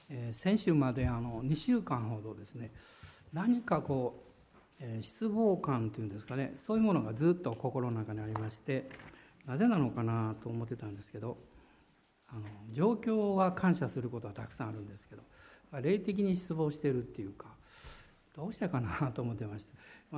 先週まで2週間ほどですね、何か失望感というんですかね、そういうものがずっと心の中にありまして、なぜなのかなと思ってたんですけど、状況は感謝することはたくさんあるんですけど、霊的に失望しているっていうか、どうしてかなと思ってました。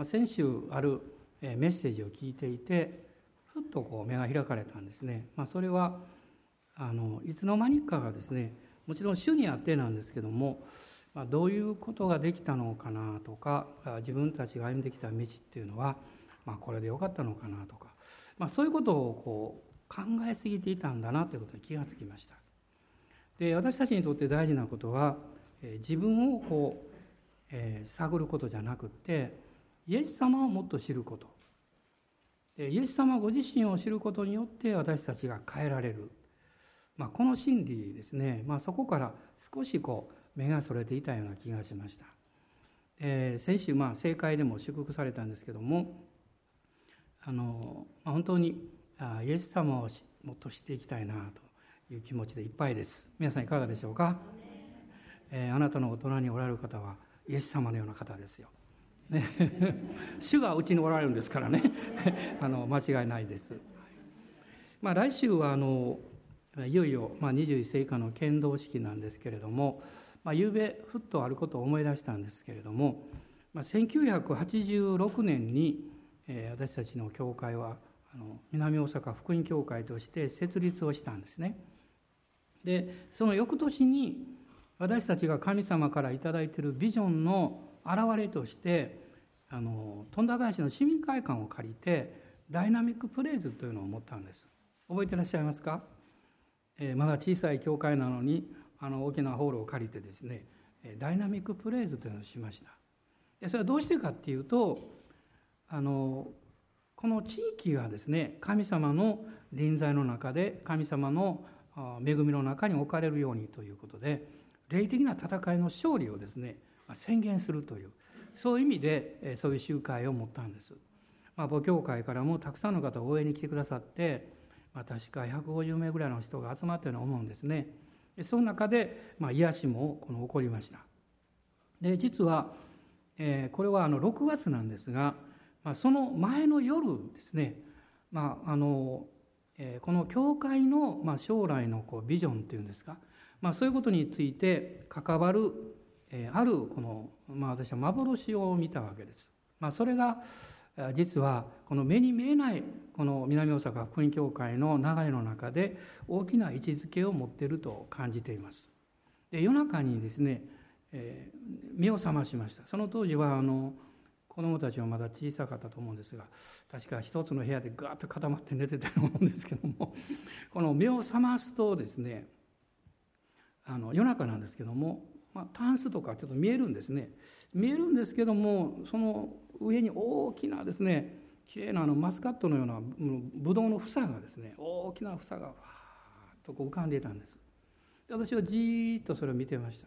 先週あるメッセージを聞いていて、ふっと目が開かれたんですね。それはいつの間にかがですね、もちろん主にあってなんですけども、どういうことができたのかなとか、自分たちが歩んできた道っていうのは、これでよかったのかなとか、そういうことを考えすぎていたんだなということに気がつきました。で、私たちにとって大事なことは、自分を探ることじゃなくて、イエス様をもっと知ること。イエス様ご自身を知ることによって私たちが変えられる。この真理ですね、そこから少し目がそれていたような気がしました。先週聖会でも祝福されたんですけども、本当にイエス様をもっと知っていきたいなという気持ちでいっぱいです。皆さんいかがでしょうか。あなたの大人におられる方はイエス様のような方ですよ、ね、主がうちにおられるんですからね間違いないです。来週はいよいよ21世紀の剣道式なんですけれども、ゆうべふっとあることを思い出したんですけれども、1986年に私たちの教会は南大阪福音教会として設立をしたんですね。で、その翌年に私たちが神様からいただいているビジョンの表れとして富田林の市民会館を借りてダイナミックプレイズというのを持ったんです。覚えていらっしゃいますか。まだ小さい教会なのに大きなホールを借りてですね、ダイナミックプレイズというのをしました。でそれはどうしてかっていうと、この地域がですね、神様の臨在の中で神様の恵みの中に置かれるようにということで、霊的な戦いの勝利をですね宣言するという、そういう意味でそういう集会を持ったんです。母教会からもたくさんの方応援に来てくださって、確か150名ぐらいの人が集まったように思うんですね。その中で癒しも起こりました。で、実はこれは6月なんですが、その前の夜ですね、この教会の将来のビジョンというんですか、そういうことについて関わるある私は幻を見たわけです。それが実はこの目に見えないこの南大阪福音教会の流れの中で大きな位置づけを持っていると感じています。で、夜中にですね、目を覚ましました。その当時は子どもたちはまだ小さかったと思うんですが、確か一つの部屋でガーッと固まって寝てたと思うんですけども、この目を覚ますとですね、夜中なんですけども、タンスとかちょっと見えるんですね。見えるんですけども、その上に大きなですね、きれいなマスカットのようなブドウの房がですね、大きな房がわーっと浮かんでいたんです。で、私はじーっとそれを見てました。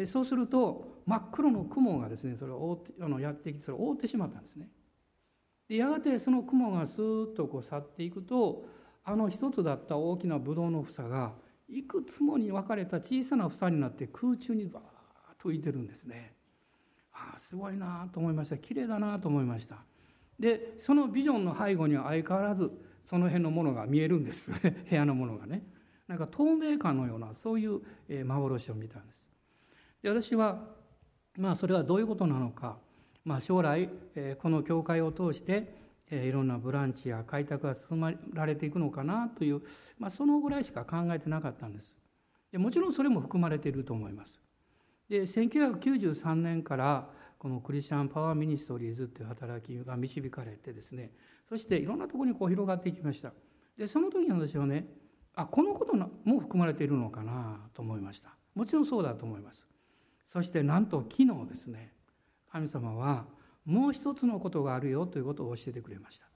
そうすると真っ黒の雲がですね、それをやってきてそれを覆ってしまったんですね。で、やがてその雲がスーッと去っていくと、一つだった大きなブドウの房がいくつもに分かれた小さな房になって空中にバーッと浮いてるんですね。すごいなと思いました。綺麗だなと思いました。で、そのビジョンの背後には相変わらずその辺のものが見えるんです部屋のものがね、なんか透明感のようなそういう幻を見たんです。で、私はそれはどういうことなのか、将来この教会を通していろんなブランチや開拓が進められていくのかなという、そのぐらいしか考えてなかったんです。で、もちろんそれも含まれていると思います。で、1993年からこのクリスチャンパワーミニストリーズという働きが導かれてですね、そしていろんなところに広がっていきました。で、その時に私はね、このことも含まれているのかなと思いました。もちろんそうだと思います。そしてなんと昨日ですね、神様はもう一つのことがあるよということを教えてくれました。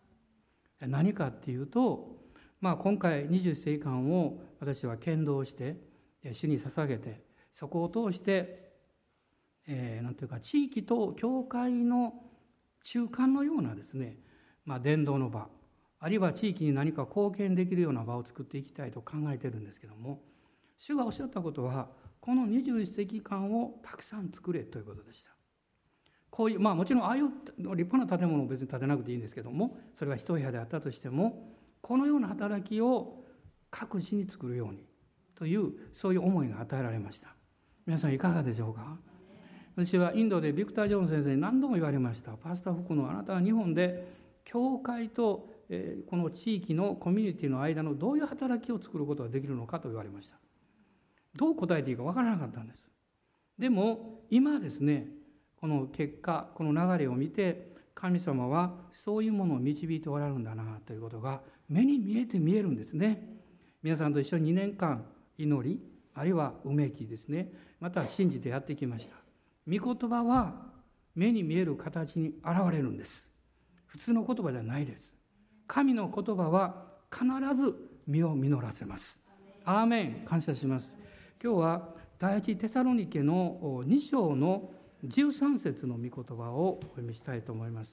何かっていうと、今回20世紀間を私は剣道して主に捧げて、そこを通してなんていうか地域と教会の中間のようなですね、伝道の場、あるいは地域に何か貢献できるような場を作っていきたいと考えているんですけども、主がおっしゃったことはこの21世紀間をたくさん作れということでした。こういう、もちろんああいう立派な建物を別に建てなくていいんですけども、それが一部屋であったとしても、このような働きを各地に作るようにという、そういう思いが与えられました。皆さんいかがでしょうか。私はインドでビクター・ジョーン先生に何度も言われました。パスタ福のあなたは日本で教会とこの地域のコミュニティの間のどういう働きを作ることができるのかと言われました。どう答えていいか分からなかったんです。でも今ですね、この結果、この流れを見て、神様はそういうものを導いておられるんだなということが目に見えるんですね。皆さんと一緒に2年間祈り、あるいはうめきですね、また信じてやってきました。御言葉は目に見える形に現れるんです。普通の言葉じゃないです。神の言葉は必ず実を実らせます。アーメン。感謝します。今日は第一テサロニケの2章の13節の御言葉をお読みしたいと思います。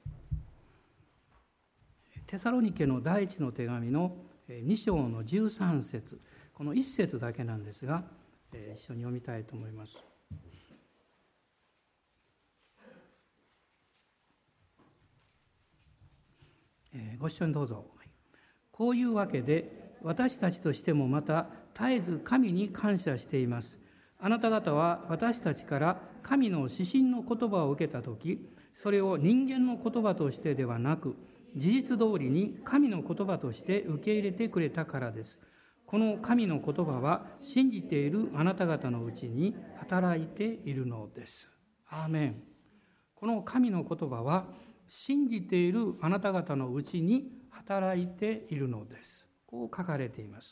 テサロニケの第一の手紙の2章の13節、この1節だけなんですが、一緒に読みたいと思います。ご一緒にどうぞ。こういうわけで私たちとしてもまた絶えず神に感謝しています。あなた方は私たちから神の指針の言葉を受けたとき、それを人間の言葉としてではなく、事実通りに神の言葉として受け入れてくれたからです。この神の言葉は信じているあなた方のうちに働いているのです。アーメン。この神の言葉は信じているあなた方のうちに働いているのです。こう書かれています。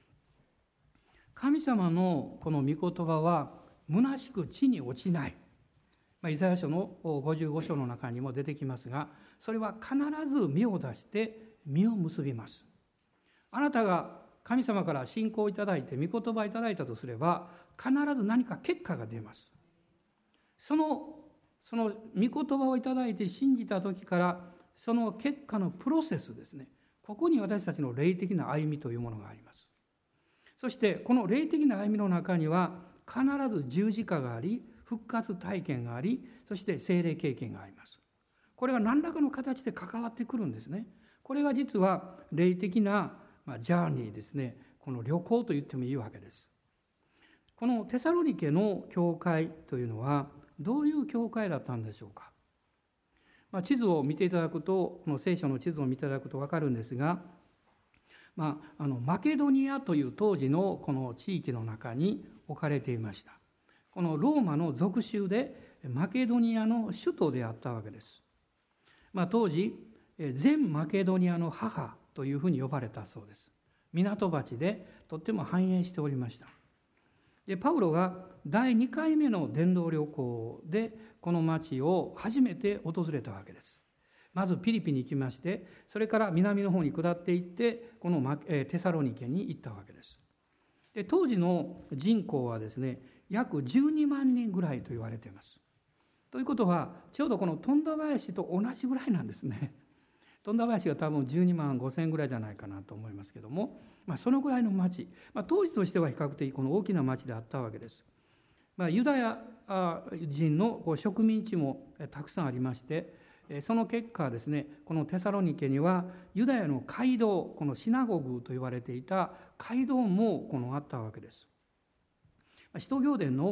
神様のこの御言葉は虚しく地に落ちない。イザヤ書の55章の中にも出てきますが、それは必ず実を出して実を結びます。あなたが神様から信仰をいただいて御言葉をいただいたとすれば、必ず何か結果が出ます。その御言葉をいただいて信じた時から、その結果のプロセスですね、ここに私たちの霊的な歩みというものがあります。そしてこの霊的な歩みの中には必ず十字架があり、復活体験があり、そして聖霊経験があります。これが何らかの形で関わってくるんですね。これが実は霊的なジャーニーですね、この旅行と言ってもいいわけです。このテサロニケの教会というのはどういう教会だったんでしょうか。地図を見ていただくと、この聖書の地図を見ていただくと分かるんですが、マケドニアという当時のこの地域の中に置かれていました。このローマの属州でマケドニアの首都であったわけです。当時全マケドニアの母というふうに呼ばれたそうです。港町でとっても繁栄しておりました。でパウロが第2回目の伝道旅行でこの町を初めて訪れたわけです。まずピリピに行きまして、それから南の方に下っていってこのテサロニケに行ったわけです。で当時の人口はですね、約12万人ぐらいと言われています。ということはちょうどこの富田林と同じぐらいなんですね。富田林が多分12万5千ぐらいじゃないかなと思いますけども、そのぐらいの町、当時としては比較的この大きな町であったわけです。ユダヤ人の植民地もたくさんありまして、その結果ですね、このテサロニケにはユダヤの街道、このシナゴグと言われていた街道もあったわけです。使徒行伝の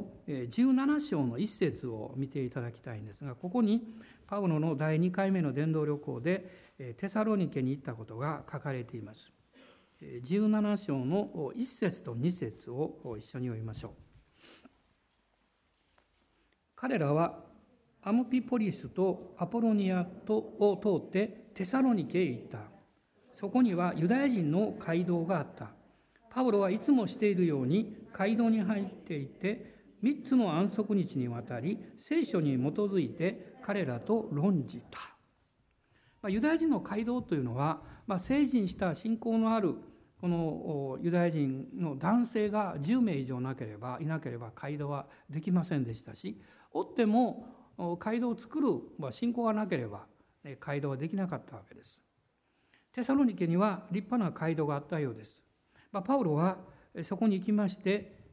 17章の1節を見ていただきたいんですが、ここにパウロの第2回目の伝道旅行でテサロニケに行ったことが書かれています。17章の1節と2節を一緒に読みましょう。彼らはアムピポリスとアポロニアを通ってテサロニケへ行った。そこにはユダヤ人の街道があった。パウロはいつもしているように街道に入っていって3つの安息日にわたり聖書に基づいて彼らと論じた。ユダヤ人の街道というのは、成人した信仰のあるこのユダヤ人の男性が10名以上いなければ街道はできませんでしたし、追っても街道を作る信仰がなければ街道はできなかったわけです。テサロニケには立派な街道があったようです。パウロはそこに行きまして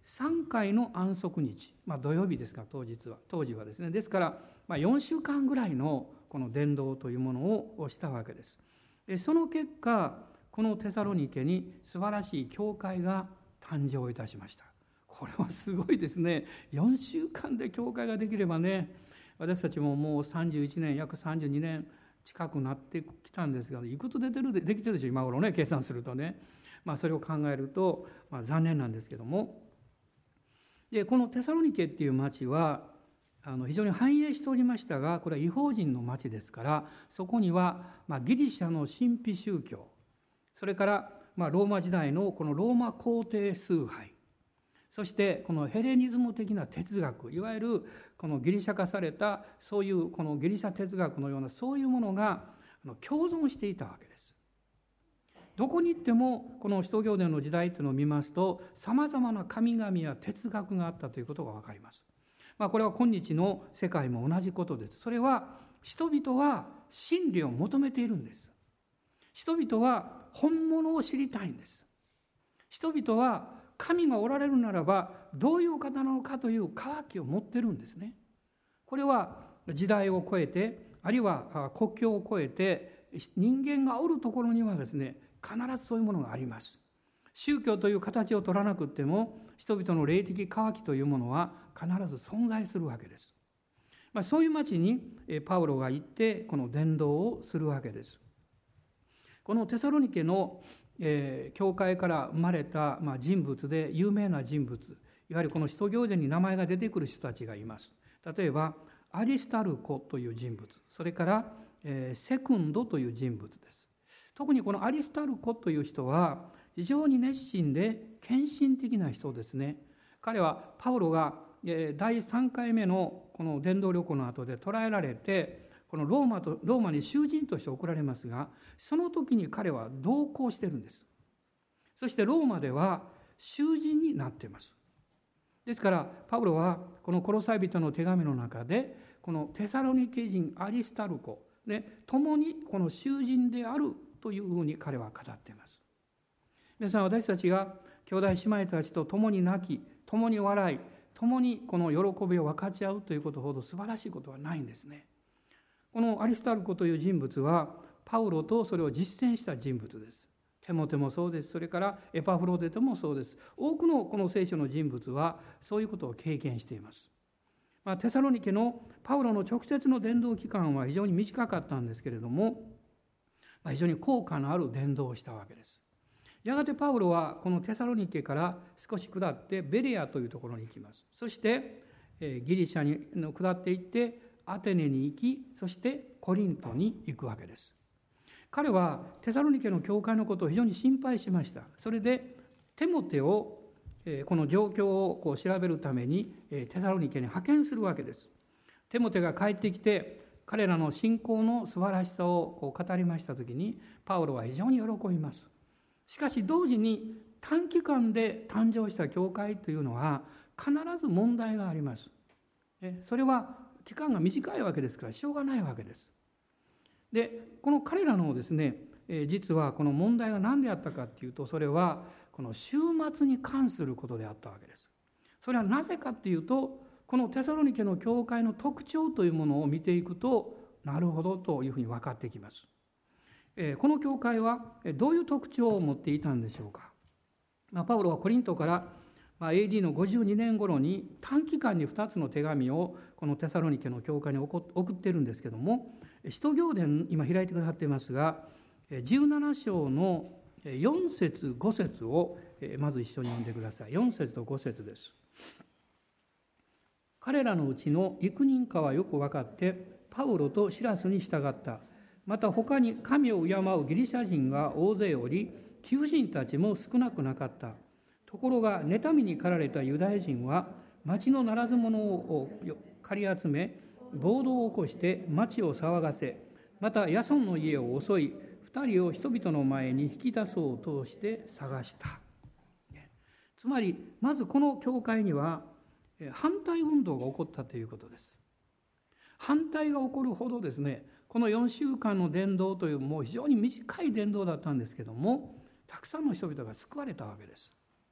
3回の安息日、土曜日ですが当時はですね、ですから4週間ぐらいのこの伝道というものをしたわけです。その結果、このテサロニケに素晴らしい教会が誕生いたしました。これはすごいですね。4週間で教会ができればね、私たちももう31年約32年近くなってきたんですが、いくつできてるでしょう今頃ね、計算するとね。それを考えると、残念なんですけども、でこのテサロニケっていう町は非常に繁栄しておりましたが、これは異邦人の町ですから、そこにはギリシャの神秘宗教、それからローマ時代のこのローマ皇帝崇拝、そしてこのヘレニズム的な哲学、いわゆるこのギリシャ化されたそういうこのギリシャ哲学のようなそういうものが共存していたわけです。どこに行ってもこの使徒行伝の時代というのを見ますと、さまざまな神々や哲学があったということが分かります。これは今日の世界も同じことです。それは人々は真理を求めているんです。人々は本物を知りたいんです。人々は神がおられるならばどういう方なのかという渇きを持ってるんですね。これは時代を超えて、あるいは国境を越えて人間がおるところにはですね、必ずそういうものがあります。宗教という形を取らなくても人々の霊的渇きというものは必ず存在するわけです。そういう町にパウロが行ってこの伝道をするわけです。このテサロニケの教会から生まれた人物で有名な人物、いわゆるこの使徒行伝に名前が出てくる人たちがいます。例えばアリスタルコという人物、それからセクンドという人物です。特にこのアリスタルコという人は非常に熱心で献身的な人ですね。彼はパウロが第3回目のこの伝道旅行の後で捕らえられて、このローマに囚人として送られますが、その時に彼は同行してるんです。そしてローマでは囚人になっています。ですからパウロはこのコロサイ人の手紙の中で、このテサロニケ人アリスタルコで共にこの囚人であるというふうに彼は語っています。皆さん、私たちが兄弟姉妹たちと共に泣き、共に笑い、共にこの喜びを分かち合うということほど素晴らしいことはないんですね。このアリスタルコという人物はパウロとそれを実践した人物です。テモテもそうです。それからエパフロデトもそうです。多くのこの聖書の人物はそういうことを経験しています。テサロニケのパウロの直接の伝道期間は非常に短かったんですけれども、非常に効果のある伝道をしたわけです。やがてパウロはこのテサロニケから少し下ってベレアというところに行きます。そしてギリシャに下っていってアテネに行き、そしてコリントに行くわけです。彼はテサロニケの教会のことを非常に心配しました。それでテモテをこの状況を調べるためにテサロニケに派遣するわけです。テモテが帰ってきて彼らの信仰の素晴らしさを語りましたときに、パウロは非常に喜びます。しかし同時に短期間で誕生した教会というのは必ず問題があります。それは期間が短いわけですからしょうがないわけです。でこの彼らのですね、実はこの問題が何であったかというと、それはこの週末に関することであったわけです。それはなぜかというと、このテサロニケの教会の特徴というものを見ていくと、なるほどというふうに分かってきます。この教会はどういう特徴を持っていたんでしょうか。パウロはコリントから AD の52年頃に短期間に2つの手紙をこのテサロニケの教会に送っているんですけども、使徒行伝今開いてくださっていますが、17章の4節5節をまず一緒に読んでください。4節と5節です。彼らのうちの幾人かはよく分かってパウロとシラスに従った。また他に神を敬うギリシャ人が大勢おり、貴婦人たちも少なくなかった。ところが妬みに駆られたユダヤ人は町のならず者を借り集め、暴動を起こして町を騒がせ、またヤソンの家を襲い、2人を人々の前に引き出そうとして探した。つまりまずこの教会には反対運動が起こったということです。反対が起こるほどですね、この4週間の伝道というもう非常に短い伝道だったんですけども、たくさんの人々が救われたわけです。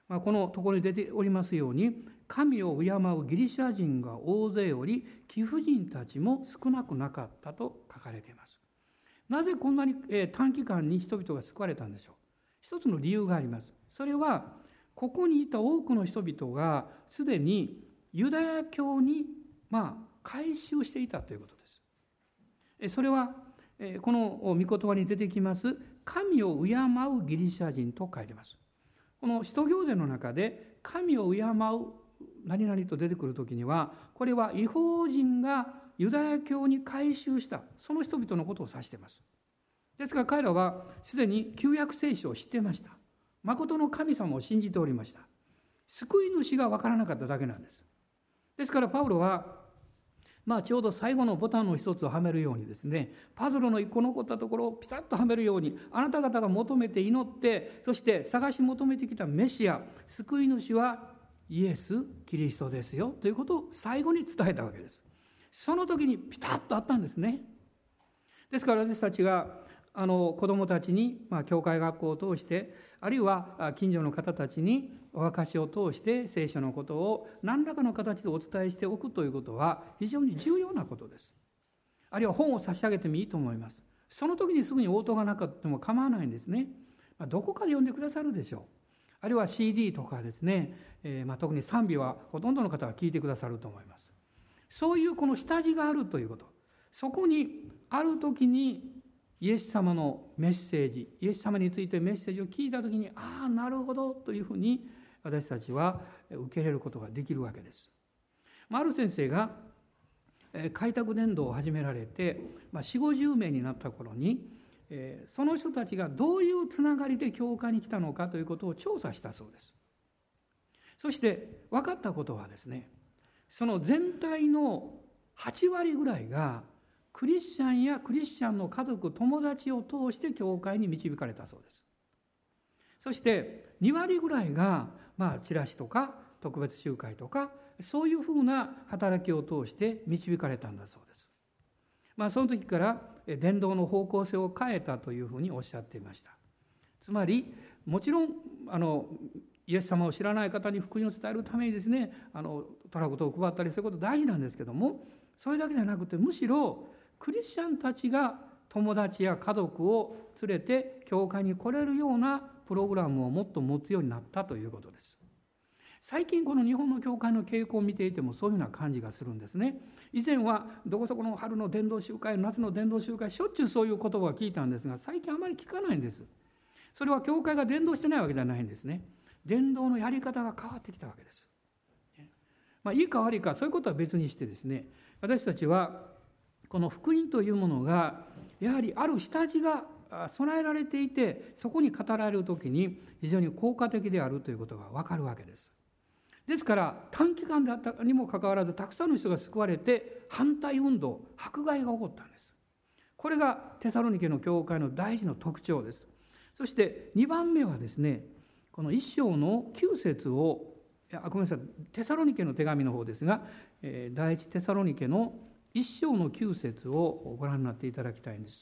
このところに出ておりますように、神を敬うギリシャ人が大勢おり、貴婦人たちも少なくなかったと書かれています。なぜこんなに短期間に人々が救われたんでしょう。一つの理由があります。それは、ここにいた多くの人々がすでにユダヤ教に改宗していたということです。それはこの御言葉に出てきます神を敬うギリシャ人と書いています。この使徒行伝の中で神を敬う何々と出てくるときには、これは異邦人がユダヤ教に改宗したその人々のことを指しています。ですから彼らはすでに旧約聖書を知っていました。誠の神様を信じておりました。救い主が分からなかっただけなんです。ですからパウロはちょうど最後のボタンの一つをはめるようにですね、パズルの一個残ったところをピタッとはめるように、あなた方が求めて祈って、そして探し求めてきたメシア、救い主はイエス・キリストですよということを最後に伝えたわけです。その時にピタッとあったんですね。ですから私たちが子どもたちに教会学校を通して、あるいは近所の方たちにお証しを通して聖書のことを何らかの形でお伝えしておくということは非常に重要なことです。あるいは本を差し上げてもいいと思います。その時にすぐに応答がなかったも構わないんですね。どこかで読んでくださるでしょう。あるいは CD とかですね、特に賛美はほとんどの方は聞いてくださると思います。そういうこの下地があるということ、そこにある時にイエス様のメッセージ、イエス様についてメッセージを聞いたときに、なるほどというふうに私たちは受け入れることができるわけです。ある先生が開拓伝道を始められて、40、50名になった頃に、その人たちがどういうつながりで教会に来たのかということを調査したそうです。そして分かったことはですね、その全体の8割ぐらいがクリスチャンやクリスチャンの家族、友達を通して教会に導かれたそうです。そして2割ぐらいがチラシとか特別集会とかそういうふうな働きを通して導かれたんだそうです。その時から伝道の方向性を変えたというふうにおっしゃっていました。つまりもちろんイエス様を知らない方に福音を伝えるためにですね、トラクトを配ったりすること大事なんですけども、それだけじゃなくて、むしろクリスチャンたちが友達や家族を連れて教会に来れるようなプログラムをもっと持つようになったということです。最近この日本の教会の傾向を見ていてもそういうような感じがするんですね。以前はどこそこの春の伝道集会、夏の伝道集会、しょっちゅうそういう言葉を聞いたんですが、最近あまり聞かないんです。それは教会が伝道してないわけではないんですね。伝道のやり方が変わってきたわけです。いいか悪いかそういうことは別にしてですね、私たちはこの福音というものがやはりある下地が備えられていて、そこに語られるときに非常に効果的であるということが分かるわけです。ですから短期間であったにもかかわらず、たくさんの人が救われて反対運動、迫害が起こったんです。これがテサロニケの教会の大事な特徴です。そして2番目はですね、この1章の9節をごめんなさい、テサロニケの手紙の方ですが、第一テサロニケの1章の9節をご覧になっていただきたいんです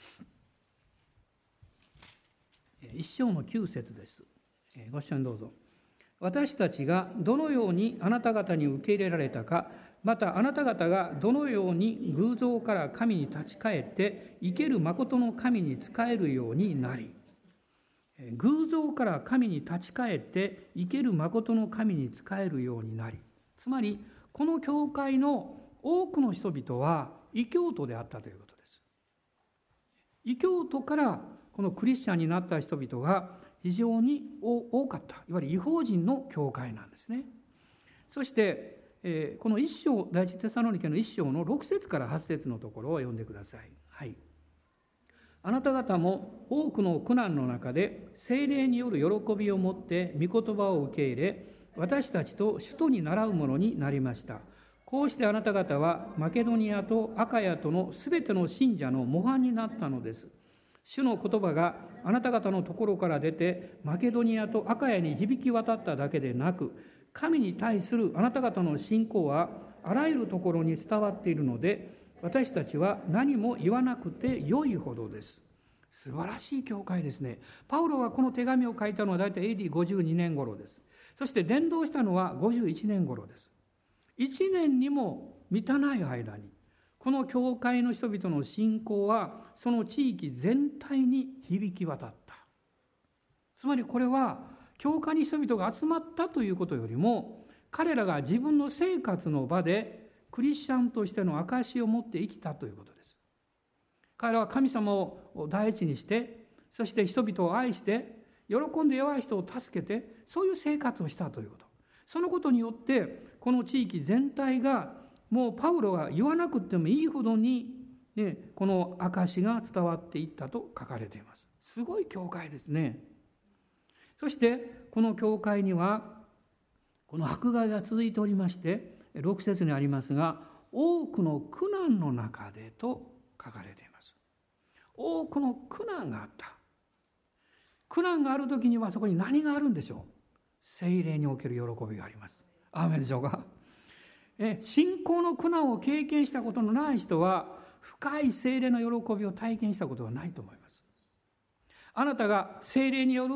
。1章の9節です。ご一緒にどうぞ。私たちがどのようにあなた方に受け入れられたか、またあなた方がどのように偶像から神に立ち返って生ける誠の神に仕えるようになり、偶像から神に立ち返って生ける誠の神に仕えるようになり、つまりこの教会の多くの人々は異教徒であったということです。異教徒からこのクリスチャンになった人々が非常に多かった、いわゆる異邦人の教会なんですね。そして、この1章、第一テサロニケの1章の6節から8節のところを読んでください。はい。あなた方も多くの苦難の中で聖霊による喜びを持って御言葉を受け入れ、私たちと主とに倣うものになりました。こうしてあなた方はマケドニアとアカヤとのすべての信者の模範になったのです。主の言葉があなた方のところから出てマケドニアとアカヤに響き渡っただけでなく、神に対するあなた方の信仰はあらゆるところに伝わっているので、私たちは何も言わなくて良いほどです。素晴らしい教会ですね。パウロがこの手紙を書いたのはだいたい AD52 年頃です。 そして伝道したのは51年頃です。1年にも満たない間に、この教会の人々の信仰はその地域全体に響き渡った。つまりこれは教会に人々が集まったということよりも、彼らが自分の生活の場でクリスチャンとしての証を持って生きたということです。彼らは神様を第一にして、そして人々を愛して、喜んで弱い人を助けて、そういう生活をしたということ。そのことによってこの地域全体が、もうパウロが言わなくてもいいほどに、この証が伝わっていったと書かれています。すごい教会ですね。そしてこの教会にはこの迫害が続いておりまして、6節にありますが、多くの苦難の中でと書かれています。多くの苦難があった。苦難があるときにはそこに何があるんでしょう。聖霊における喜びがあります。アーメンでしょうか。信仰の苦難を経験したことのない人は、深い聖霊の喜びを体験したことはないと思います。あなたが聖霊による、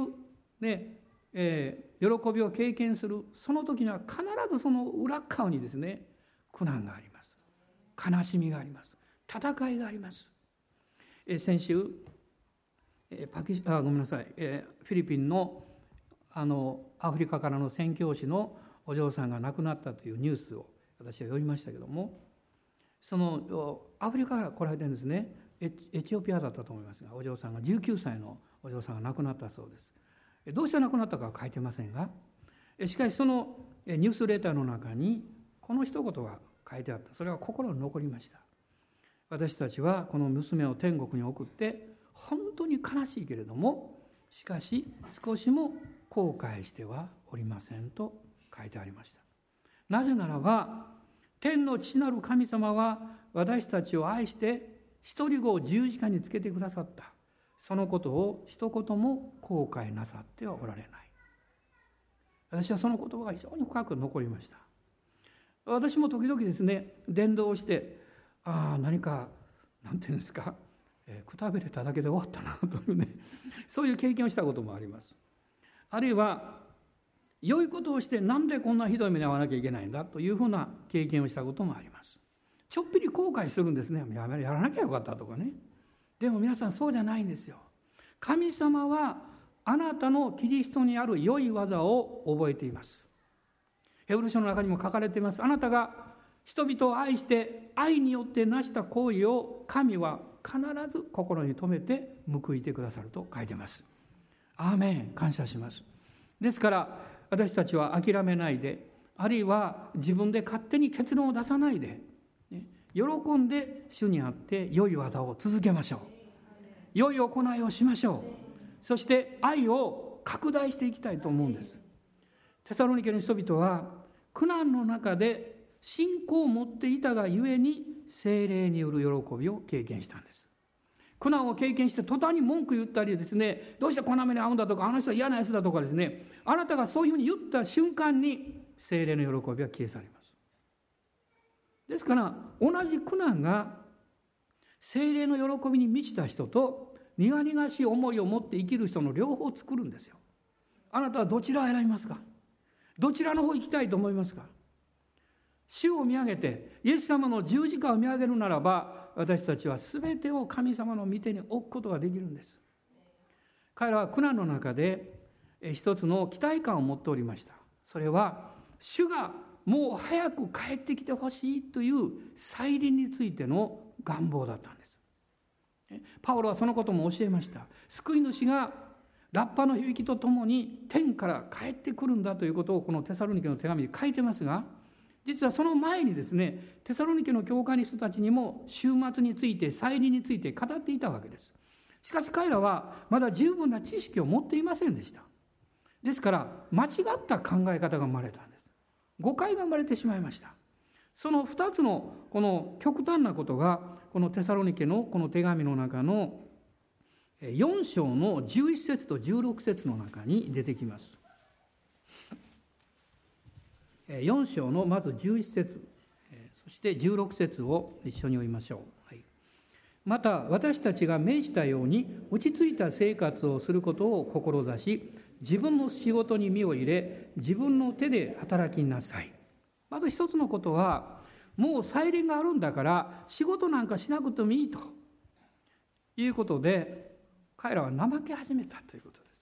喜びを経験するその時には、必ずその裏側にですね、苦難があります。悲しみがあります。戦いがあります。先週フィリピンのアフリカからの宣教師のお嬢さんが亡くなったというニュースを私は読みましたけども、そのアフリカから来られてるんですね。エチオピアだったと思いますが、お嬢さんが19歳のお嬢さんが亡くなったそうです。どうして亡くなったかは書いてませんが、しかしそのニュースレターの中にこの一言が書いてあった。それは心に残りました。私たちはこの娘を天国に送って本当に悲しいけれども、しかし少しも後悔してはおりませんと書いてありました。なぜならば、天の父なる神様は私たちを愛して一人子を十字架につけてくださった。そのことを一言も後悔なさってはおられない。私はその言葉が非常に深く残りました。私も時々ですね、伝道をして、何かなんていうんですか、くたびれただけで終わったなというね、そういう経験をしたこともあります。あるいは良いことをしてなんでこんなひどい目に遭わなきゃいけないんだというふうな経験をしたこともあります。ちょっぴり後悔するんですね。やらなきゃよかったとかね。でも皆さんそうじゃないんですよ。神様はあなたのキリストにある良い技を覚えています。ヘブル書の中にも書かれています。あなたが人々を愛して愛によって成した行為を神は必ず心に留めて報いてくださると書いています。アーメン、感謝します。ですから私たちは諦めないで、あるいは自分で勝手に結論を出さないで、喜んで主にあって良い技を続けましょう。良い行いをしましょう。そして愛を拡大していきたいと思うんです。テサロニケの人々は苦難の中で信仰を持っていたがゆえに聖霊による喜びを経験したんです。苦難を経験して途端に文句言ったりですね、どうしてこんな目に遭うんだとか、あの人は嫌なやつだとかですね、あなたがそういうふうに言った瞬間に聖霊の喜びは消え去ります。ですから同じ苦難が聖霊の喜びに満ちた人と苦々しい思いを持って生きる人の両方を作るんですよ。あなたはどちらを選びますか？どちらの方行きたいと思いますか？主を見上げてイエス様の十字架を見上げるならば、私たちは全てを神様の御手に置くことができるんです。彼らは苦難の中で一つの期待感を持っておりました。それは主がもう早く帰ってきてほしいという再臨についての願望だったんです。パウロはそのことも教えました。救い主がラッパの響きとともに天から帰ってくるんだということをこのテサロニケの手紙に書いてますが、実はその前にですね、テサロニケの教会の人たちにも終末について、再臨について語っていたわけです。しかし彼らはまだ十分な知識を持っていませんでした。ですから間違った考え方が生まれたんです。誤解が生まれてしまいました。その2つのこの極端なことがこのテサロニケのこの手紙の中の4章の11節と16節の中に出てきます。4章のまず11節、そして16節を一緒に読みましょう。また私たちが命じたように落ち着いた生活をすることを志し、 自分の仕事に身を入れ、自分の手で働きなさい。まず一つのことは、もう再臨があるんだから仕事なんかしなくてもいいということで、彼らは怠け始めたということです。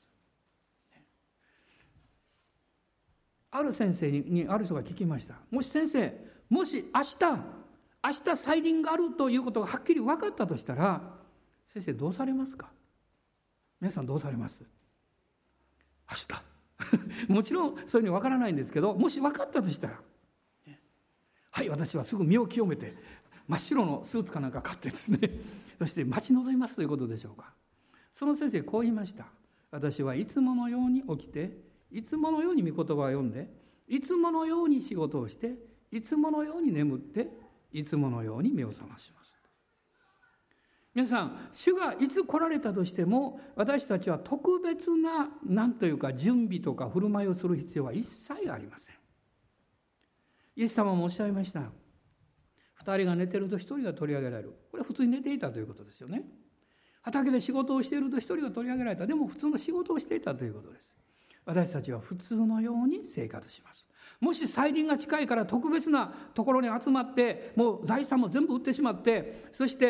ある先生にある人が聞きました。もし先生、もし明日再臨があるということがはっきり分かったとしたら、先生どうされますか？皆さんどうされます？明日もちろんそういうの分からないんですけど、もし分かったとしたら、はい、私はすぐ身を清めて真っ白のスーツかなんか買ってですねそして待ち望みますということでしょうか。その先生こう言いました。私はいつものように起きて、いつものように御言葉を読んで、いつものように仕事をして、いつものように眠って、いつものように目を覚まします。皆さん、主がいつ来られたとしても、私たちは特別な何というか準備とか振る舞いをする必要は一切ありません。イエス様もおっしゃいました。2人が寝ていると1人が取り上げられる。これは普通に寝ていたということですよね。畑で仕事をしていると1人が取り上げられた。でも普通の仕事をしていたということです。私たちは普通のように生活します。もし再臨が近いから特別なところに集まって、もう財産も全部売ってしまって、そして、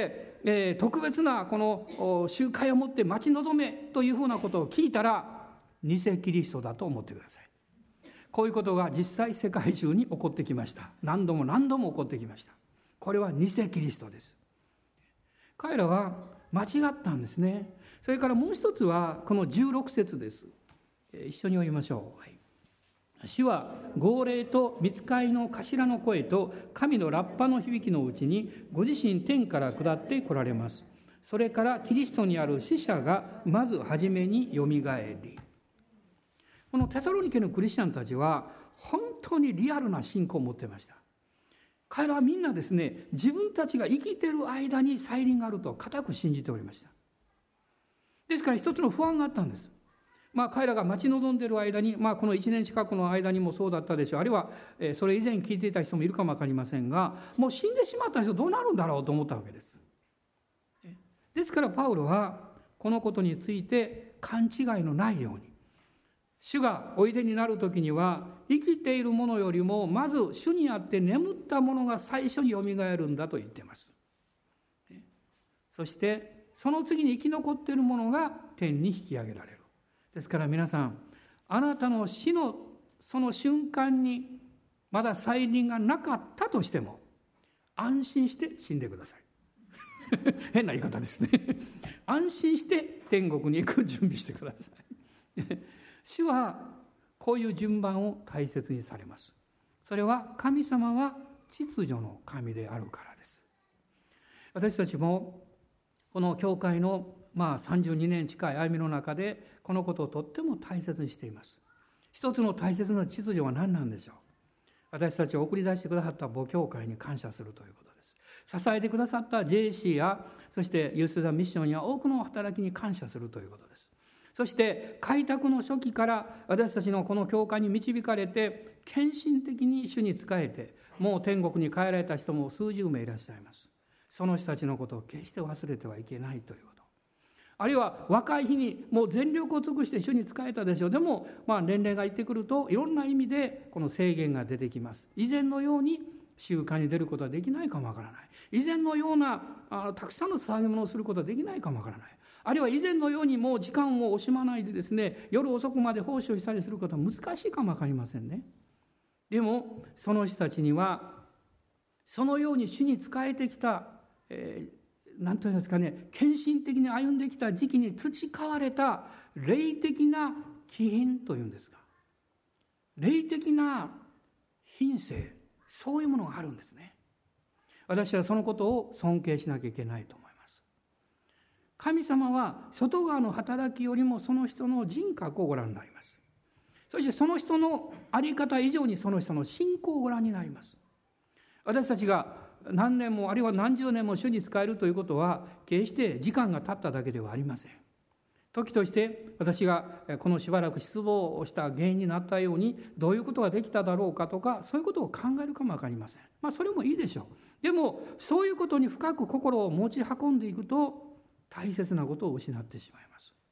特別なこの集会を持って待ち望めというふうなことを聞いたら、偽キリストだと思ってください。こういうことが実際世界中に起こってきました。何度も何度も起こってきました。これは偽キリストです。彼らは間違ったんですね。それからもう一つはこの16節です。一緒に読みましょう。はい。主は号令と御使いの頭の声と神のラッパの響きのうちにご自身天から下って来られます。それからキリストにある死者がまず初めによみがえり。このテサロニケのクリスチャンたちは本当にリアルな信仰を持っていました。彼らはみんなですね、自分たちが生きている間に再臨があると固く信じておりました。ですから一つの不安があったんです。彼らが待ち望んでいる間に、この1年近くの間にもそうだったでしょう。あるいはそれ以前聞いていた人もいるかも分かりませんが、もう死んでしまった人どうなるんだろうと思ったわけです。ですからパウロはこのことについて勘違いのないように、主がおいでになるときには生きているものよりもまず主にあって眠ったものが最初によみがえるんだと言っています。そしてその次に生き残っているものが天に引き上げられる。ですから皆さん、あなたの死のその瞬間にまだ再臨がなかったとしても安心して死んでください変な言い方ですね安心して天国に行く準備してください主はこういう順番を大切にされます。それは神様は秩序の神であるからです。私たちもこの教会の32年近い歩みの中でこのことをとっても大切にしています。一つの大切な秩序は何なんでしょう。私たちを送り出してくださった母教会に感謝するということです。支えてくださった JC やそしてユース・ザ・ミッションや多くの働きに感謝するということです。そして開拓の初期から私たちのこの教会に導かれて献身的に主に仕えて、もう天国に帰られた人も数十名いらっしゃいます。その人たちのことを決して忘れてはいけないということ。あるいは若い日にもう全力を尽くして主に仕えたでしょう。でも年齢がいってくるといろんな意味でこの制限が出てきます。以前のように集会に出ることはできないかもわからない。以前のようなたくさんの捧げ物をすることはできないかもわからない。あるいは以前のようにもう時間を惜しまないでですね、夜遅くまで奉仕をしたりすることは難しいかもわかりませんね。でもその人たちにはそのように主に仕えてきた、何というんですかね、献身的に歩んできた時期に培われた霊的な気品というんですか、霊的な品性、そういうものがあるんですね。私はそのことを尊敬しなきゃいけないと思います。神様は外側の働きよりもその人の人格をご覧になります。そしてその人の在り方以上にその人の信仰をご覧になります。私たちが何年もあるいは何十年も主に仕えるということは決して時間が経っただけではありません。時として私がこのしばらく失望をした原因になったようにどういうことができただろうかとか、そういうことを考えるかも分かりません。それもいいでしょう。でもそういうことに深く心を持ち運んでいくと大切なことを失ってしまいます。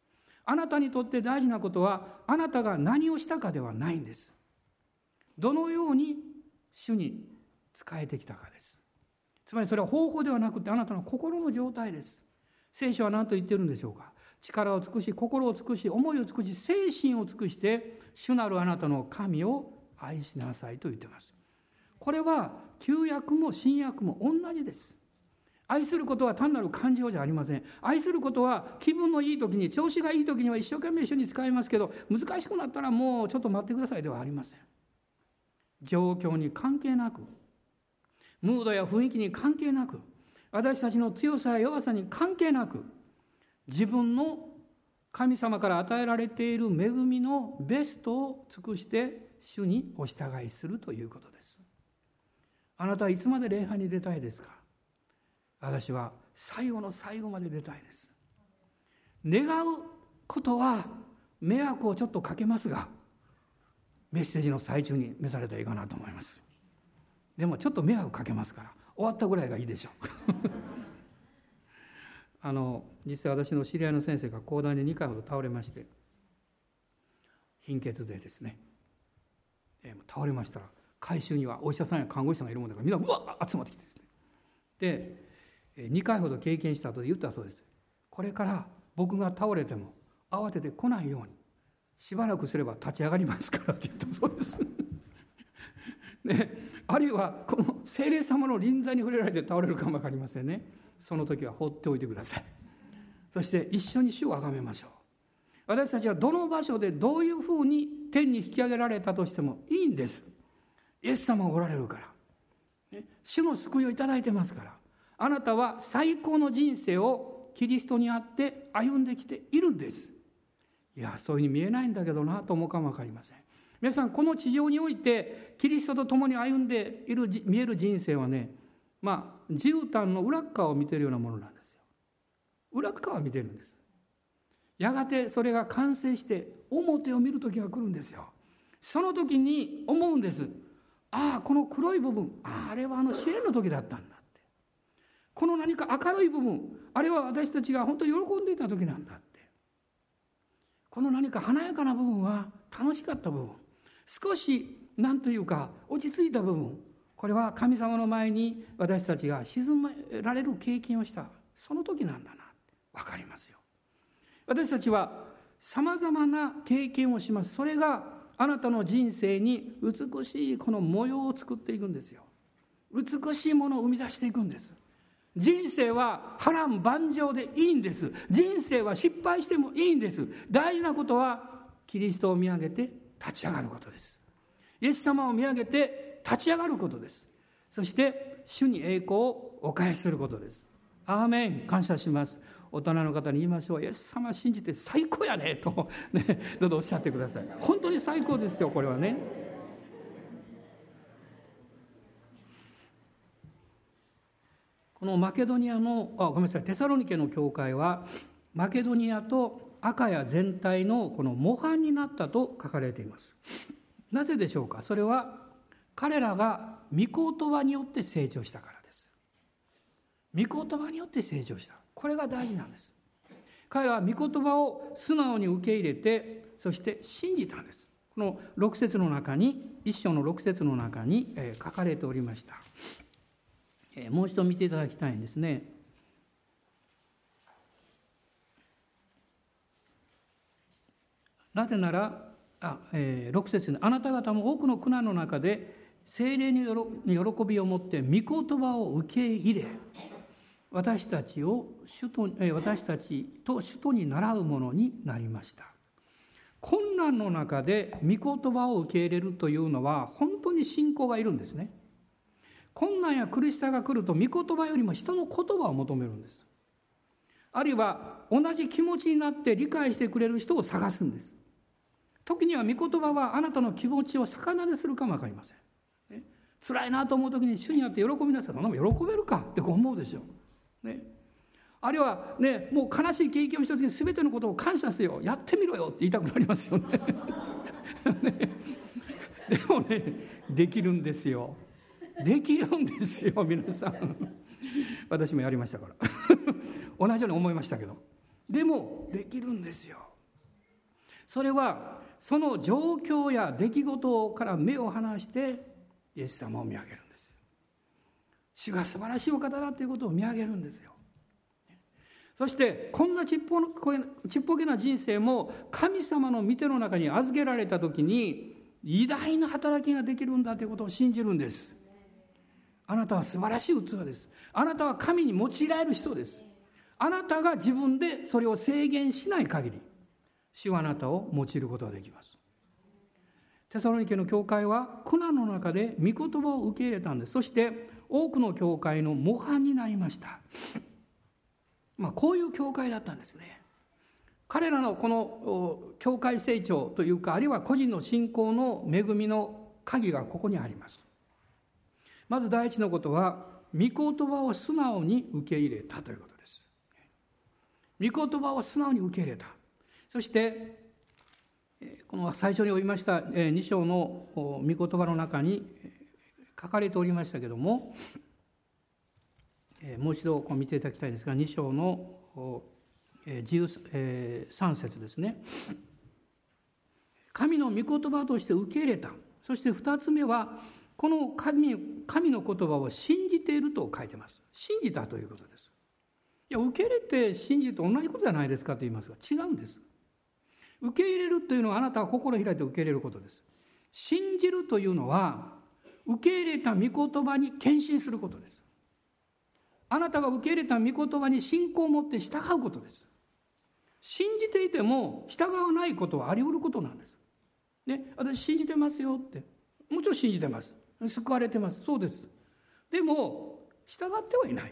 あなたにとって大事なことは、あなたが何をしたかではないんです。どのように主に仕えてきたかです。つまりそれは方法ではなくて、あなたの心の状態です。聖書は何と言ってるんでしょうか。力を尽くし、心を尽くし、思いを尽くし、精神を尽くして主なるあなたの神を愛しなさいと言っています。これは旧約も新約も同じです。愛することは単なる感情じゃありません。愛することは気分のいい時に、調子がいい時には一生懸命主に使いますけど、難しくなったらもうちょっと待ってくださいではありません。状況に関係なく、ムードや雰囲気に関係なく、私たちの強さや弱さに関係なく、自分の神様から与えられている恵みのベストを尽くして主にお従いするということです。あなたはいつまで礼拝に出たいですか。私は最後の最後まで出たいです。願うことは迷惑をちょっとかけますが、メッセージの最中に召されたらいいかなと思います。でもちょっと迷惑かけますから、終わったぐらいがいいでしょう実際私の知り合いの先生が講談で2回ほど倒れまして、貧血でですね、倒れましたら回収にはお医者さんや看護師さんがいるもんだから、みんなうわっ集まってきてですね、で2回ほど経験した後で言ったそうです。これから僕が倒れても慌てて来ないようにしばらくすれば立ち上がりますからって言ったそうですね、あるいはこの聖霊様の臨在に触れられて倒れるかも分かりませんね。その時は放っておいてください。そして一緒に主を崇めましょう。私たちはどの場所でどういうふうに天に引き上げられたとしてもいいんです。イエス様がおられるから、主の救いをいただいてますから、あなたは最高の人生をキリストにあって歩んできているんです。いや、そういうふうに見えないんだけどなと思うかも分かりません。皆さん、この地上においてキリストと共に歩んでいる見える人生はね、絨毯の裏側を見ているようなものなんですよ。裏側を見てるんです。やがてそれが完成して表を見る時が来るんですよ。その時に思うんです。この黒い部分、あれは試練の時だったんだって。この何か明るい部分、あれは私たちが本当に喜んでいた時なんだって。この何か華やかな部分は楽しかった部分、少し何というか落ち着いた部分、これは神様の前に私たちが沈められる経験をしたその時なんだなって分かりますよ。私たちはさまざまな経験をします。それがあなたの人生に美しいこの模様を作っていくんですよ。美しいものを生み出していくんです。人生は波乱万丈でいいんです。人生は失敗してもいいんです。大事なことはキリストを見上げて立ち上がることです。イエス様を見上げて立ち上がることです。そして主に栄光をお返しすることです。アーメン。感謝します。大人の方に言いましょう。イエス様信じて最高やねと、どうぞおっしゃってください。本当に最高ですよ、これはね。このマケドニアのごめんなさい、テサロニケの教会はマケドニアとアカヤ全体のこの模範になったと書かれています。なぜでしょうか。それは彼らが御言葉によって成長したからです。御言葉によって成長した。これが大事なんです。彼らは御言葉を素直に受け入れて、そして信じたんです。この6節の中に、1章の6節の中に書かれておりました。もう一度見ていただきたいんですね。なぜなら6節に、あなた方も多くの苦難の中で聖霊に喜びを持って御言葉を受け入れ、私たちと主とに倣うものになりました。困難の中で御言葉を受け入れるというのは本当に信仰がいるんですね。困難や苦しさが来ると御言葉よりも人の言葉を求めるんです。あるいは同じ気持ちになって理解してくれる人を探すんです。時には御言葉はあなたの気持ちを逆なでするかも分かりません。辛いなと思う時に主にあって喜びなさい。そんなもん喜べるかって思うでしょう。あるいはもう悲しい経験をした時に全てのことを感謝せよ、やってみろよって言いたくなりますよね。でもできるんですよ。できるんですよ、皆さん。私もやりましたから同じように思いましたけど、でもできるんですよ。 それはその状況や出来事から目を離してイエス様を見上げるんです。主が素晴らしいお方だということを見上げるんですよ。そしてこんなちっぽけな人生も神様の御手の中に預けられた時に偉大な働きができるんだということを信じるんです。あなたは素晴らしい器です。あなたは神に用いられる人です。あなたが自分でそれを制限しない限り、主はあなたを用いることができます。テサロニケの教会は苦難の中で御言葉を受け入れたんです。そして多くの教会の模範になりました。こういう教会だったんですね。彼らのこの教会成長というか、あるいは個人の信仰の恵みの鍵がここにあります。まず第一のことは、御言葉を素直に受け入れたということです。御言葉を素直に受け入れた。そしてこの最初に読みました2章の御言葉の中に書かれておりましたけども、もう一度見ていただきたいんですが、2章の13節ですね。神の御言葉として受け入れた。そして2つ目は、この神の言葉を信じていると書いてます。信じたということです。いや、受け入れて信じると同じことじゃないですかと言いますが、違うんです。受け入れるというのは、あなたは心を開いて受け入れることです。信じるというのは、受け入れた御言葉に献身することです。あなたが受け入れた御言葉に信仰を持って従うことです。信じていても従わないことはあり得ることなんです。ね、私信じてますよって。もちろん信じてます。救われてます。そうです。でも従ってはいない。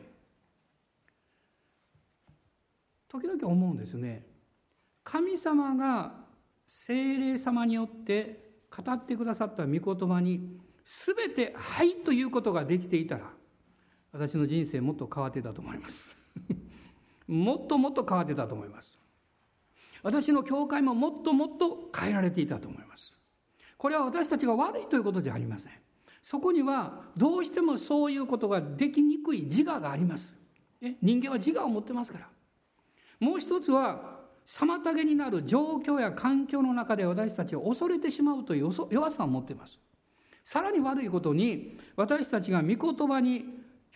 時々思うんですね。神様が聖霊様によって語ってくださった御言葉に全てはいということができていたら、私の人生もっと変わってたと思いますもっともっと変わってたと思います。私の教会ももっともっと変えられていたと思います。これは私たちが悪いということではありません。そこにはどうしてもそういうことができにくい自我があります。人間は自我を持ってますから。もう一つは、妨げになる状況や環境の中で私たちを恐れてしまうという弱さを持っています。さらに悪いことに、私たちが御言葉に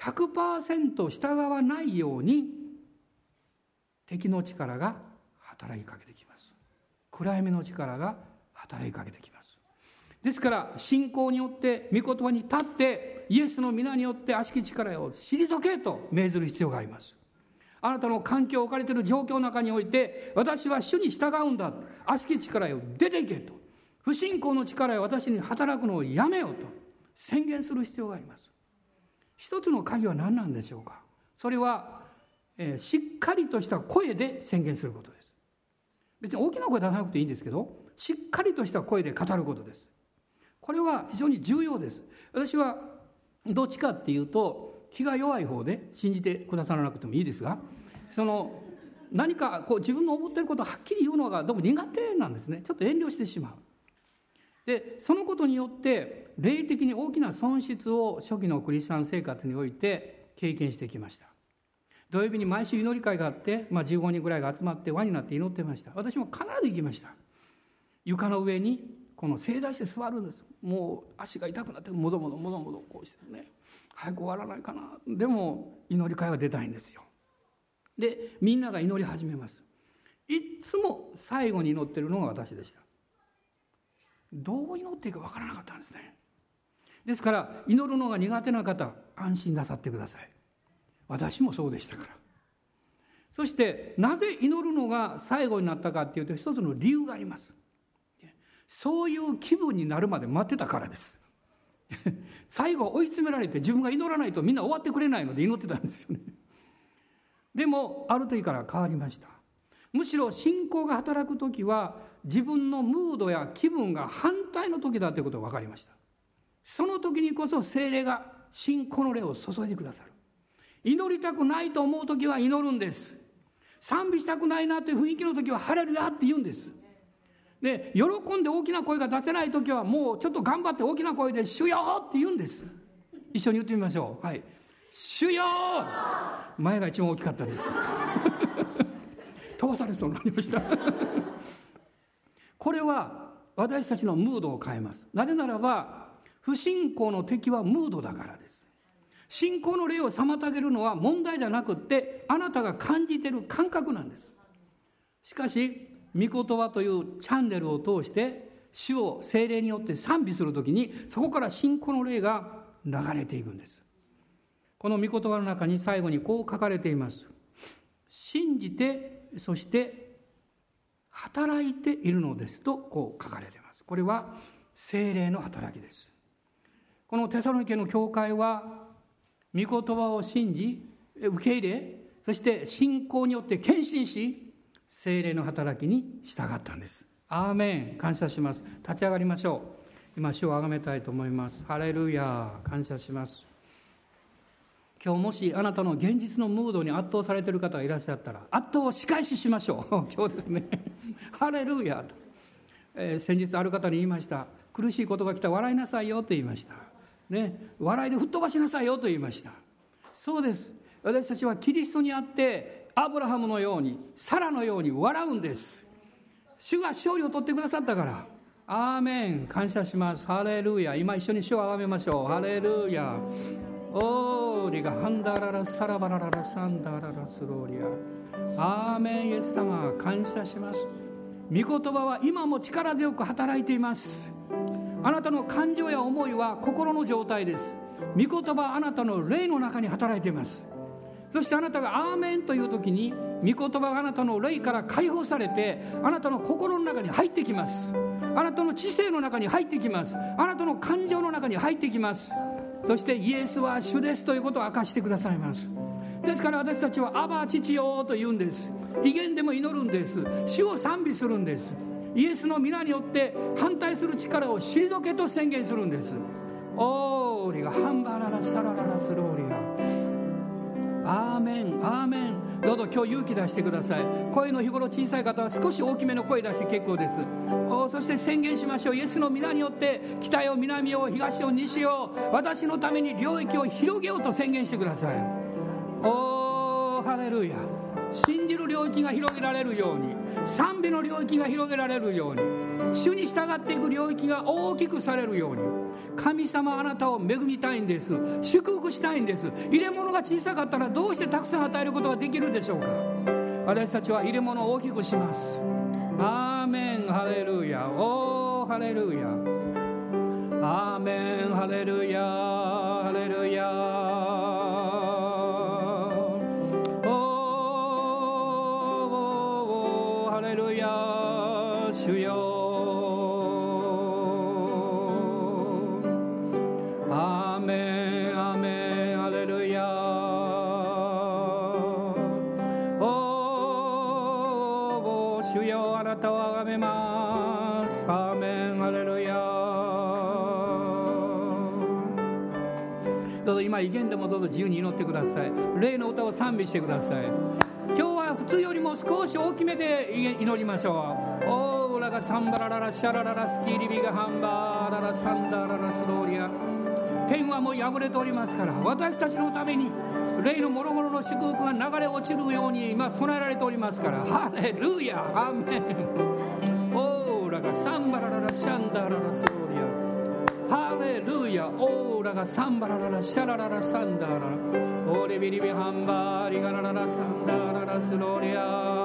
100% 従わないように敵の力が働きかけてきます。暗闇の力が働きかけてきます。ですから信仰によって御言葉に立ってイエスの皆によって悪しき力を退けと命ずる必要があります。あなたの環境を置かれている状況の中において、私は主に従うんだ、悪しき力を出ていけと、不信仰の力を私に働くのをやめようと宣言する必要があります。一つの鍵は何なんでしょうか。それは、しっかりとした声で宣言することです。別に大きな声出さなくていいんですけど、しっかりとした声で語ることです。これは非常に重要です。私はどっちかっていうと、気が弱い方で、信じてくださらなくてもいいですが、何か自分の思っていることをはっきり言うのがどうも苦手なんですね。ちょっと遠慮してしまう。でそのことによって霊的に大きな損失を初期のクリスチャン生活において経験してきました。土曜日に毎週祈り会があって、15人ぐらいが集まって輪になって祈ってました。私も必ず行きました。床の上に正座して座るんです。もう足が痛くなってもどもどこうしてね、早く終わらないかな。でも祈り会は出たいんですよ。でみんなが祈り始めます。いつも最後に祈ってるのが私でした。どう祈っていいか分からなかったんですね。ですから祈るのが苦手な方、安心なさってください。私もそうでしたから。そしてなぜ祈るのが最後になったかっていうと、一つの理由があります。そういう気分になるまで待ってたからです最後追い詰められて、自分が祈らないとみんな終わってくれないので祈ってたんですよね。でもある時から変わりました。むしろ信仰が働く時は自分のムードや気分が反対の時だということが分かりました。その時にこそ聖霊が信仰の霊を注いでくださる。祈りたくないと思う時は祈るんです。賛美したくないなという雰囲気の時はハレルヤって言うんです。で喜んで大きな声が出せない時はもうちょっと頑張って大きな声で主よって言うんです。一緒に言ってみましょう。はい、主よ。前が一番大きかったです飛ばされそうになりましたこれは私たちのムードを変えます。なぜならば不信仰の敵はムードだからです。信仰の霊を妨げるのは問題じゃなくって、あなたが感じている感覚なんです。しかし御言葉というチャンネルを通して主を聖霊によって賛美するときに、そこから信仰の霊が流れていくんです。この御言葉の中に最後にこう書かれています。信じて、そして働いているのですとこう書かれています。これは聖霊の働きです。このテサロニケの教会は御言葉を信じ受け入れ、そして信仰によって献身し、聖霊の働きに従ったんです。アーメン。感謝します。立ち上がりましょう。今主をあがめたいと思います。ハレルヤ。感謝します。今日もしあなたの現実のムードに圧倒されている方がいらっしゃったら、圧倒を仕返ししましょう。今日ですね。ハレルヤと、先日ある方に言いました。苦しいことが来たら笑いなさいよと言いましたね。笑いで吹っ飛ばしなさいよと言いました。そうです。私たちはキリストにあってアブラハムのように、サラのように笑うんです。主が勝利を取ってくださったから。アーメン。感謝します。ハレルヤ。今一緒に主をあがめましょう。ハレルヤ。オーリがハンダララサラバラララサンダララスローリア。アーメン。イエス様感謝します。御言葉は今も力強く働いています。あなたの感情や思いは心の状態です。御言葉はあなたの霊の中に働いています。そしてあなたがアーメンという時に、御言葉があなたの霊から解放されて、あなたの心の中に入ってきます。あなたの知性の中に入ってきます。あなたの感情の中に入ってきます。そしてイエスは主ですということを明かしてくださいます。ですから私たちはアバ父よと言うんです。威厳でも祈るんです。主を賛美するんです。イエスの皆によって反対する力を退けと宣言するんです。オーリがハンバララサラララスローリア。アーメン。アーメン。どうぞ今日勇気出してください。声の日頃小さい方は少し大きめの声出して結構です。そして宣言しましょう。イエスの皆によって北よ南よ東よ西よ、私のために領域を広げようと宣言してください。ハレルヤ。信じる領域が広げられるように、賛美の領域が広げられるように、主に従っていく領域が大きくされるように、神様あなたを恵みたいんです。祝福したいんです。入れ物が小さかったらどうしてたくさん与えることができるでしょうか。私たちは入れ物を大きくします。アーメン。ハレルヤ。おーハレルヤ。アーメン。ハレルヤ。ハレルヤ。主よ。アーメン。アーメン。ハレルヤ。おー主よ、あなたをあがめます。アーメン。ハレルヤ。どうぞ今威厳でもどうぞ自由に祈ってください。霊の歌を賛美してください。今日は普通よりも少し大きめで祈りましょう。オーラがサンバラララシャラララスキリビがハンバーララサンダララスローリア。天はもう破れておりますから、私たちのために霊の諸々の祝福が流れ落ちるように今備えられておりますから。ハレルヤ。アーメン。オーラがサンバラララシャンダララスローリア。ハレルヤ。オーラがサンバラララシャラララサンダララ。オレビリビハンバーリガラララサンダララスローリア。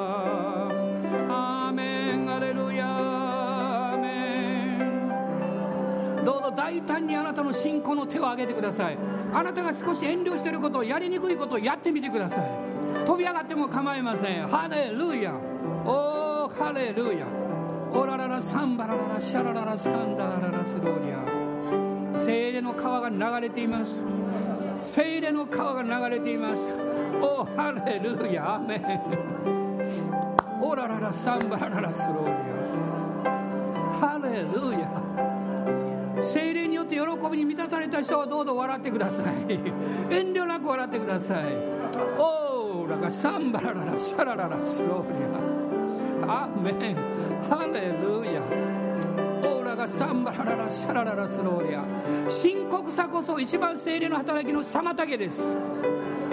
アーメン。ハレルヤ。アーメン。どうぞ大胆にあなたの信仰の手を挙げてください。あなたが少し遠慮していることを、やりにくいことをやってみてください。飛び上がっても構いません。ハレルヤ。おーハレルヤ。オラララサンバラララシャラララスカンダララスローリア。聖霊の川が流れています。聖霊の川が流れています。おーハレルヤ。アーメン。オラララサンバラララスローリア。ハレルヤ。聖霊によって喜びに満たされた人はどうぞ笑ってください。遠慮なく笑ってください。オーラがサンバラララシャラララスローリア。アーメン。ハレルヤ。オーラがサンバラララシャラララスローリア。深刻さこそ一番聖霊の働きの妨げです。どう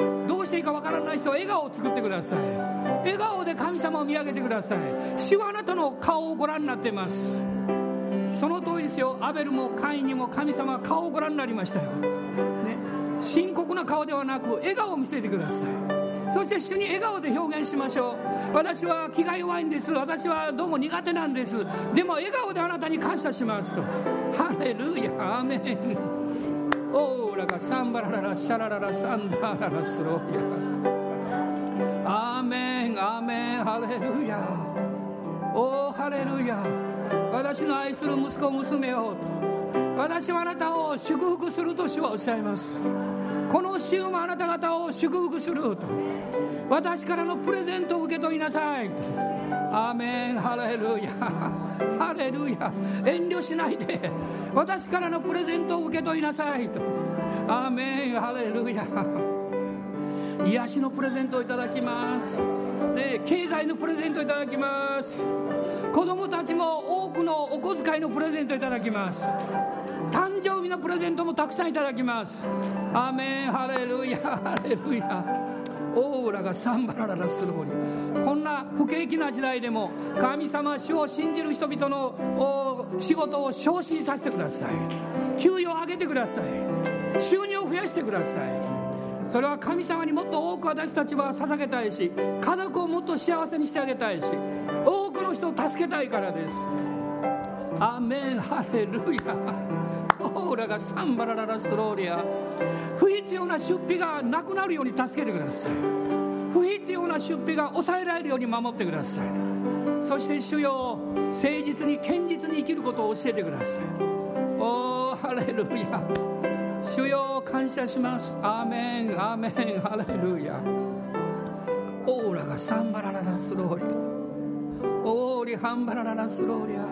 うしていいかわからない人は笑顔を作ってください。笑顔で神様を見上げてください。主はあなたの顔をご覧になっています。その通りですよ。アベルもカインにも神様は顔をご覧になりましたよ、ね、深刻な顔ではなく笑顔を見せてください。そして主に笑顔で表現しましょう。私は気が弱いんです、私はどうも苦手なんです、でも笑顔であなたに感謝しますと。ハレルヤ、アーメン。オーラがサンバラララシャラララサンダーララスローヤ、アーメンアーメン、ハレルヤ、おーハレルヤ。私の愛する息子娘を、私はあなたを祝福すると主はおっしゃいます。この週もあなた方を祝福すると、私からのプレゼントを受け取りなさいと。アーメン、ハレルヤ、ハレルヤ。遠慮しないで私からのプレゼントを受け取りなさいと。アーメン、ハレルヤ。癒しのプレゼントをいただきます、ね、経済のプレゼントをいただきます。子供たちも多くのお小遣いのプレゼントをいただきます。誕生日のプレゼントもたくさんいただきます。アーメン、ハレルヤ、ハレルヤ。オーラがサンバラララするほり、こんな不景気な時代でも神様主を信じる人々の仕事を昇進させてください。給与を上げてください。収入を増やしてください。それは神様にもっと多く私たちは捧げたいし、家族をもっと幸せにしてあげたいし、多くの人を助けたいからです。アーメン、ハレルヤ。オーラがサンバラララスローリア。不必要な出費がなくなるように助けてください。不必要な出費が抑えられるように守ってください。そして主よ、誠実に堅実に生きることを教えてください。おーハレルヤ。主よ、感謝します。アーメン、アーメン、ハレルヤ。オーラがサンバラララスローリア。オーリハンバラララスローリア。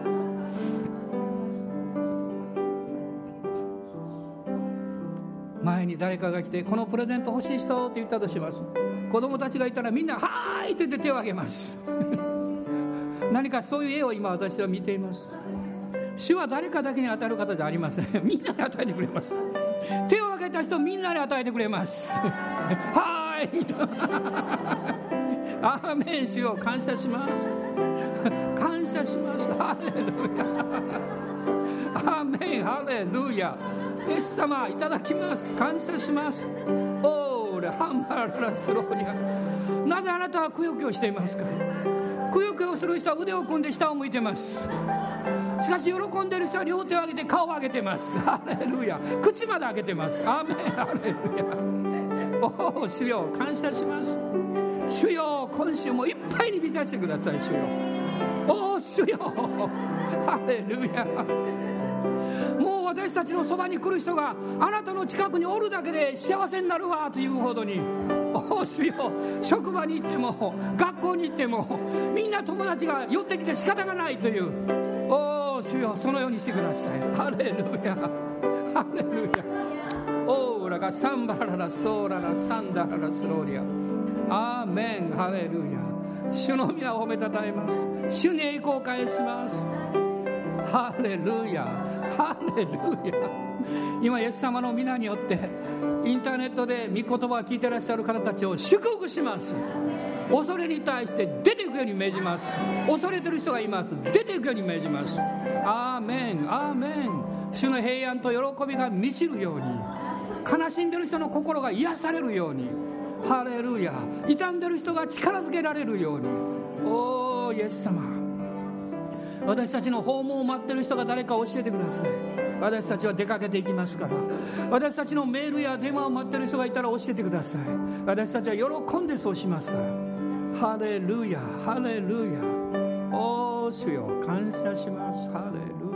前に誰かが来て、このプレゼント欲しい人って言ったとします。子供たちがいたらみんなはーいって言って手を挙げます何かそういう絵を今私は見ています。主は誰かだけに与える方じゃありません。みんなに与えてくれます。手を挙げた人みんなに与えてくれますはーいアーメン。主を感謝します感謝します。ハレルヤ、アーメン、ハレルヤ。イエス様いただきます。感謝します。オーレハンバララスローリア。なぜあなたはくよくよしていますか。くよくよする人は腕を組んで下を向いてます。しかし喜んでいる人は両手を上げて顔を上げてます。ハレルヤ。口まで上げてます。アーメン、ハレルヤ。おお、主よ感謝します。主よ、今週もいっぱいに満たしてください。主よ、おお主よ、ハレルヤ。もう私たちのそばに来る人があなたの近くにおるだけで幸せになるわというほどに、お主よ、職場に行っても学校に行ってもみんな友達が寄ってきて仕方がないという、お主よ、そのようにしてください。ハレルヤ、ハレルヤ。オーラがサンバララソーララサンダララスローリア。アーメン、ハレルヤ。主の皆を褒めたたえます。主に栄光を返します。ハレルヤ、ハレルヤ。今イエス様の皆によってインターネットで御言葉を聞いていらっしゃる方たちを祝福します。恐れに対して出ていくように命じます。恐れてる人がいます。出ていくように命じます。アーメン、アーメン。主の平安と喜びが満ちるように、悲しんでる人の心が癒されるように、ハレルヤ。傷んでる人が力づけられるように、おーイエス様、私たちの訪問を待ってる人が誰か教えてください。私たちは出かけていきますから。私たちのメールや電話を待ってる人がいたら教えてください。私たちは喜んでそうしますから。ハレルヤ、ハレルヤ。おー主よ、感謝します。ハレル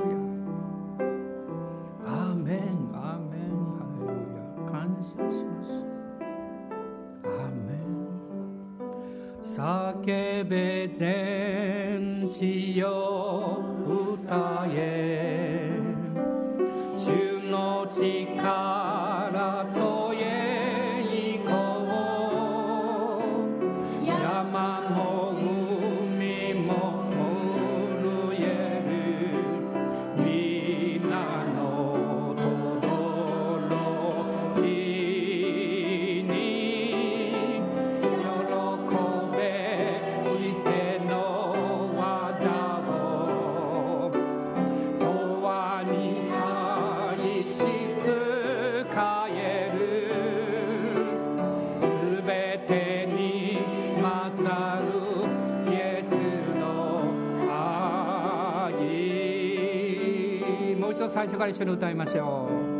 ヤ。アーメン、アーメン、ハレルヤ。感謝します。アーメン。叫べ全地よ歌え、主の力と栄光、山も海も震える皆の轟きに最初から一緒に歌いましょう。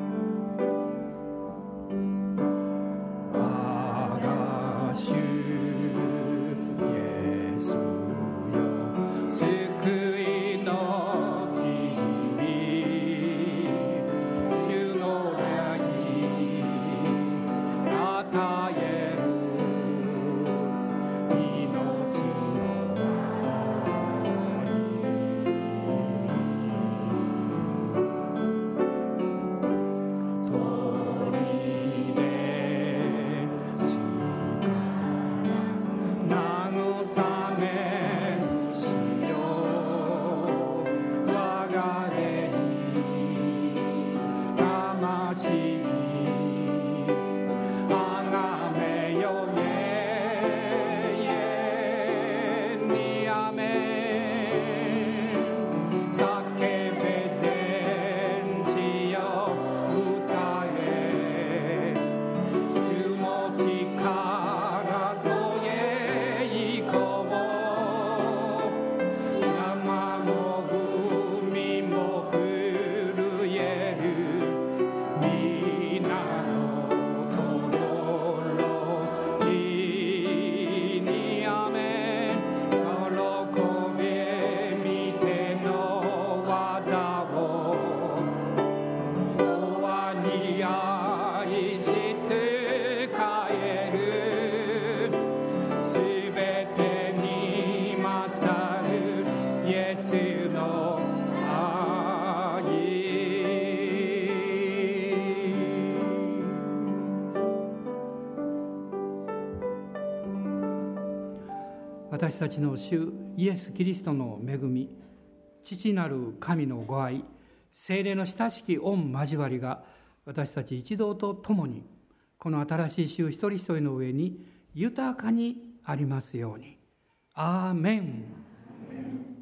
私たちの主イエス・キリストの恵み、父なる神のご愛、聖霊の親しき御交わりが私たち一同と共にこの新しい週一人一人の上に豊かにありますように。アーメン。